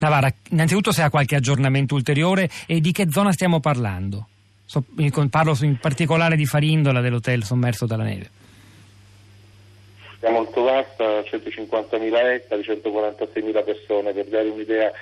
Navarra, innanzitutto se ha qualche aggiornamento ulteriore e di che zona stiamo parlando? Parlo in particolare di Farindola, dell'hotel sommerso dalla neve. È molto vasta, 150.000 ettari, 146.000 persone, per dare un'idea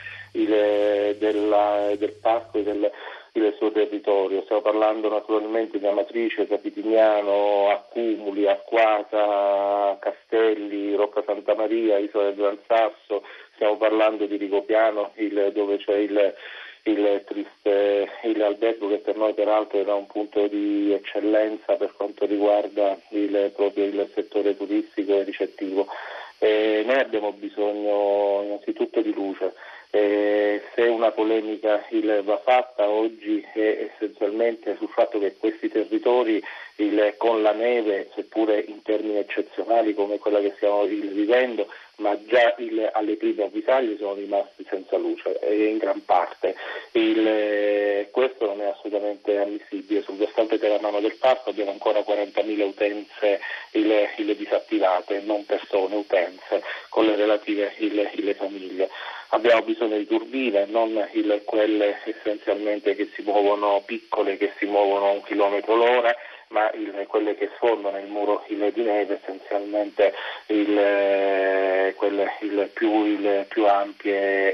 del parco e del suo territorio. Stiamo parlando naturalmente di Amatrice, Capitignano, Accumuli, Acquata, Castelli, Rocca Santa Maria, Isola del Gran Sasso, stiamo parlando di Rigopiano, dove c'è il triste albergo, che per noi peraltro era un punto di eccellenza per quanto riguarda proprio il settore turistico e ricettivo. Noi abbiamo bisogno innanzitutto di luce. Se una polemica va fatta oggi è essenzialmente sul fatto che questi territori con la neve, seppure in termini eccezionali come quella che stiamo vivendo, ma già alle prime avvisaglie sono rimasti senza luce in gran parte. Questo non è assolutamente ammissibile. Sul versante teramano del parco abbiamo ancora 40.000 utenze disattivate, non persone, utenze, con le relative famiglie. Abbiamo bisogno di turbine, non quelle essenzialmente che si muovono piccole, che si muovono a 1 chilometro l'ora, ma quelle che sfondano il muro di neve, essenzialmente quelle più ampie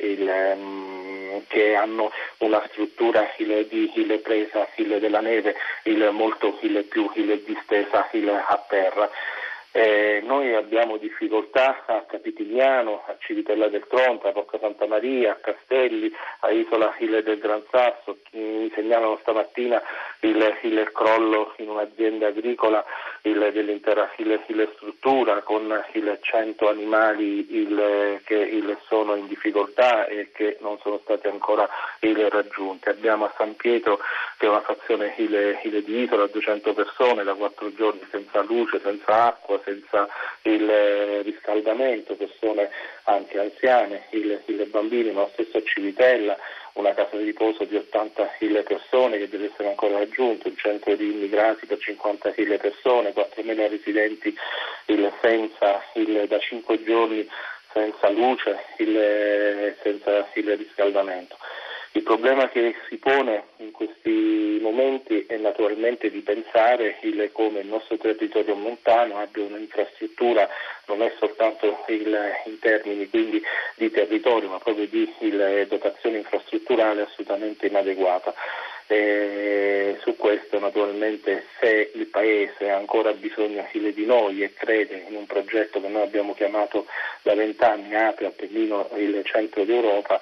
che hanno una struttura di presa della neve molto più distesa a terra. Noi abbiamo difficoltà a Capitignano, a Civitella del Tronto, a Rocca Santa Maria, a Castelli, a Isola del Gran Sasso. Mi segnalano stamattina il crollo in un'azienda agricola dell'intera struttura, con 100 animali che sono in difficoltà e che non sono stati ancora raggiunti. Abbiamo a San Pietro, che è una frazione di isola, 200 persone da 4 giorni senza luce, senza acqua, senza il riscaldamento, persone anche anziane, i bambini, ma stesso a Civitella, una casa di riposo di 80.000 persone che deve essere ancora raggiunto, un centro di immigrati per 50.000 persone, 4.000 residenti da 5 giorni senza luce, senza il riscaldamento. Il problema che si pone in questi momenti è naturalmente di pensare come il nostro territorio montano abbia un'infrastruttura, non è soltanto in termini quindi di territorio, ma proprio di dotazione infrastrutturale assolutamente inadeguata. Su questo naturalmente, se il Paese ha ancora bisogno di noi e crede in un progetto che noi abbiamo chiamato da 20 anni Apri Appennino, il centro d'Europa,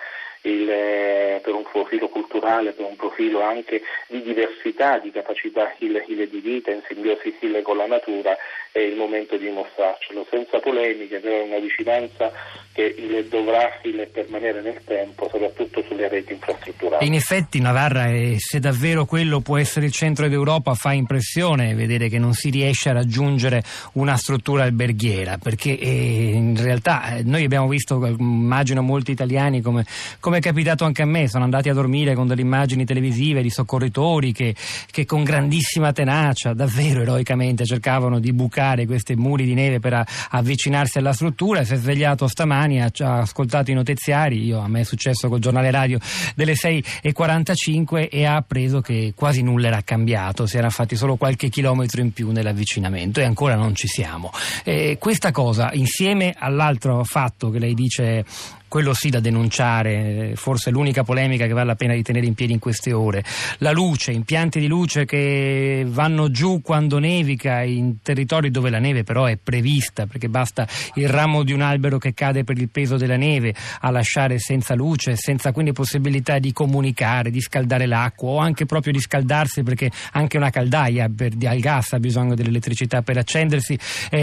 per un profilo culturale, per un profilo anche di diversità, di capacità di vita in simbiosi con la natura, è il momento di mostrarcelo senza polemiche, però una vicinanza che dovrà permanere nel tempo, soprattutto sulle reti infrastrutturali. In effetti, Navarra, se davvero quello può essere il centro d'Europa, fa impressione vedere che non si riesce a raggiungere una struttura alberghiera, perché in realtà noi abbiamo visto, immagino molti italiani, come è capitato anche a me, sono andati a dormire con delle immagini televisive di soccorritori che con grandissima tenacia, davvero eroicamente, cercavano di bucare questi muri di neve per avvicinarsi alla struttura. Si è svegliato stamani, ha ascoltato i notiziari, a me è successo col giornale radio delle 6:45, e ha appreso che quasi nulla era cambiato, si era fatti solo qualche chilometro in più nell'avvicinamento e ancora non ci siamo. Questa cosa, insieme all'altro fatto che lei dice, quello sì da denunciare, forse l'unica polemica che vale la pena di tenere in piedi in queste ore, la luce, impianti di luce che vanno giù quando nevica in territori dove la neve però è prevista, perché basta il ramo di un albero che cade per il peso della neve a lasciare senza luce, senza quindi possibilità di comunicare, di scaldare l'acqua o anche proprio di scaldarsi, perché anche una caldaia al gas ha bisogno dell'elettricità per accendersi,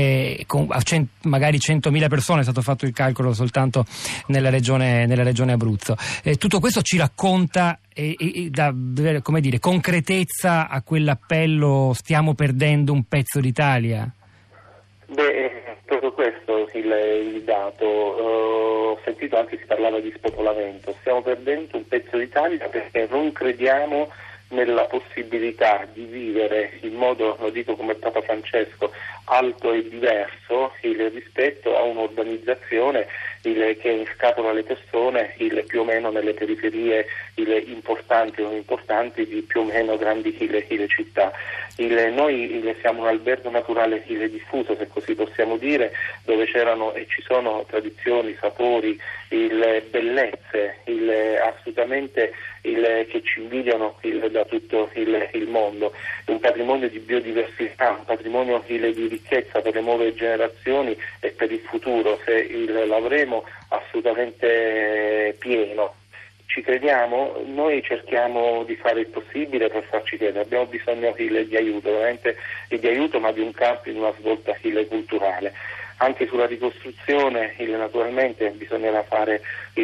magari 100.000 persone, è stato fatto il calcolo soltanto nella regione Abruzzo. Tutto questo ci racconta dà, come dire, concretezza a quell'appello: stiamo perdendo un pezzo d'Italia? Proprio questo il dato. Ho sentito anche si parlava di spopolamento. Stiamo perdendo un pezzo d'Italia perché non crediamo nella possibilità di vivere in modo, lo dico come Papa Francesco, alto e diverso rispetto a un'urbanizzazione che inscatola le persone più o meno nelle periferie importanti o non importanti di più o meno grandi città. Noi siamo un albergo naturale diffuso, se così possiamo dire, dove c'erano e ci sono tradizioni, sapori, bellezze assolutamente che ci invidiano da tutto il mondo, un patrimonio di biodiversità, un patrimonio di ricchezza per le nuove generazioni e per il futuro, se l'avremo assolutamente pieno. Ci crediamo, noi cerchiamo di fare il possibile per farci credere, abbiamo bisogno di aiuto, veramente di aiuto, ma di un cambio, di una svolta culturale. Anche sulla ricostruzione naturalmente bisognerà fare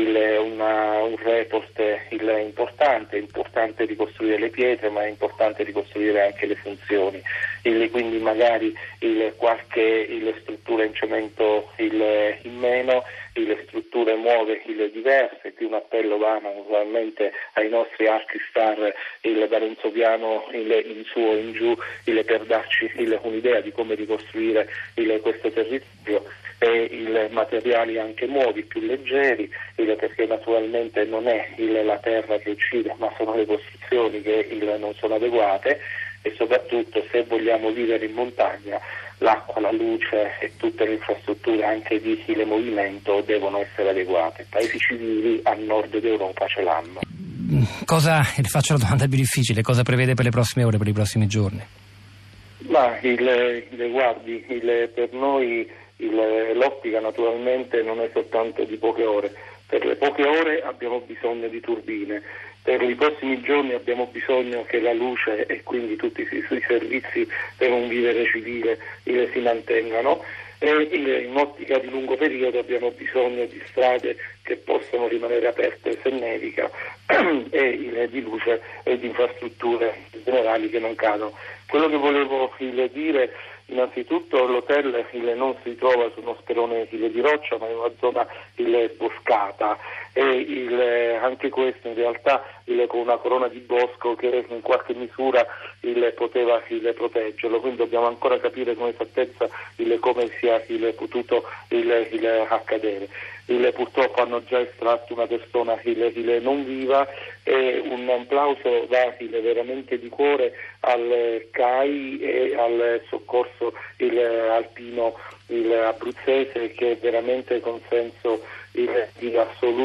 un report importante, è importante ricostruire le pietre, ma è importante ricostruire anche le funzioni, quindi magari qualche struttura in cemento in meno, le strutture nuove diverse. Qui un appello va naturalmente ai nostri archistar da Renzopiano in su o in giù per darci un'idea di come ricostruire questo territorio e materiali anche nuovi, più leggeri, perché naturalmente non è la terra che uccide, ma sono le costruzioni che non sono adeguate, e soprattutto se vogliamo vivere in montagna l'acqua, la luce e tutte le infrastrutture anche di movimento devono essere adeguate. Paesi civili a nord d'Europa ce l'hanno. Faccio la domanda più difficile, cosa prevede per le prossime ore, per i prossimi giorni? Ma guardi, per noi l'ottica naturalmente non è soltanto di poche ore. Per le poche ore abbiamo bisogno di turbine, per i prossimi giorni abbiamo bisogno che la luce e quindi tutti i servizi per un vivere civile si mantengano, e in ottica di lungo periodo abbiamo bisogno di strade che possano rimanere aperte se nevica e di luce e di infrastrutture generali che non cadono. Quello che volevo dire, innanzitutto l'hotel non si trova su uno sperone di roccia, ma in una zona boscata, e anche questo in realtà con una corona di bosco che in qualche misura poteva proteggerlo, quindi dobbiamo ancora capire con esattezza come sia potuto accadere. Purtroppo hanno già estratto una persona non viva, e un applauso va veramente di cuore al CAI e al soccorso alpino abruzzese, che veramente con senso di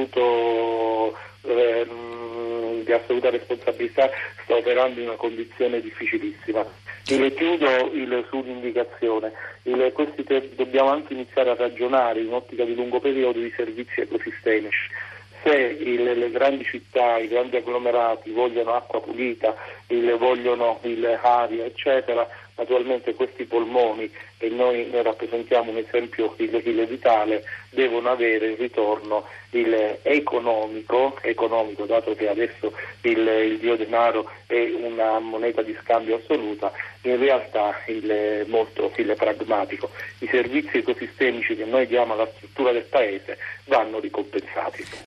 assoluta responsabilità sta operando in una condizione difficilissima. Chiudo sull'indicazione. Dobbiamo anche iniziare a ragionare in ottica di lungo periodo di servizi ecosistemici. Se le grandi città, i grandi agglomerati vogliono acqua pulita, vogliono aria, eccetera, naturalmente questi polmoni, e noi ne rappresentiamo un esempio vitale, devono avere il ritorno economico, dato che adesso il dio denaro è una moneta di scambio assoluta, in realtà molto pragmatico. I servizi ecosistemici che noi diamo alla struttura del paese vanno ricompensati.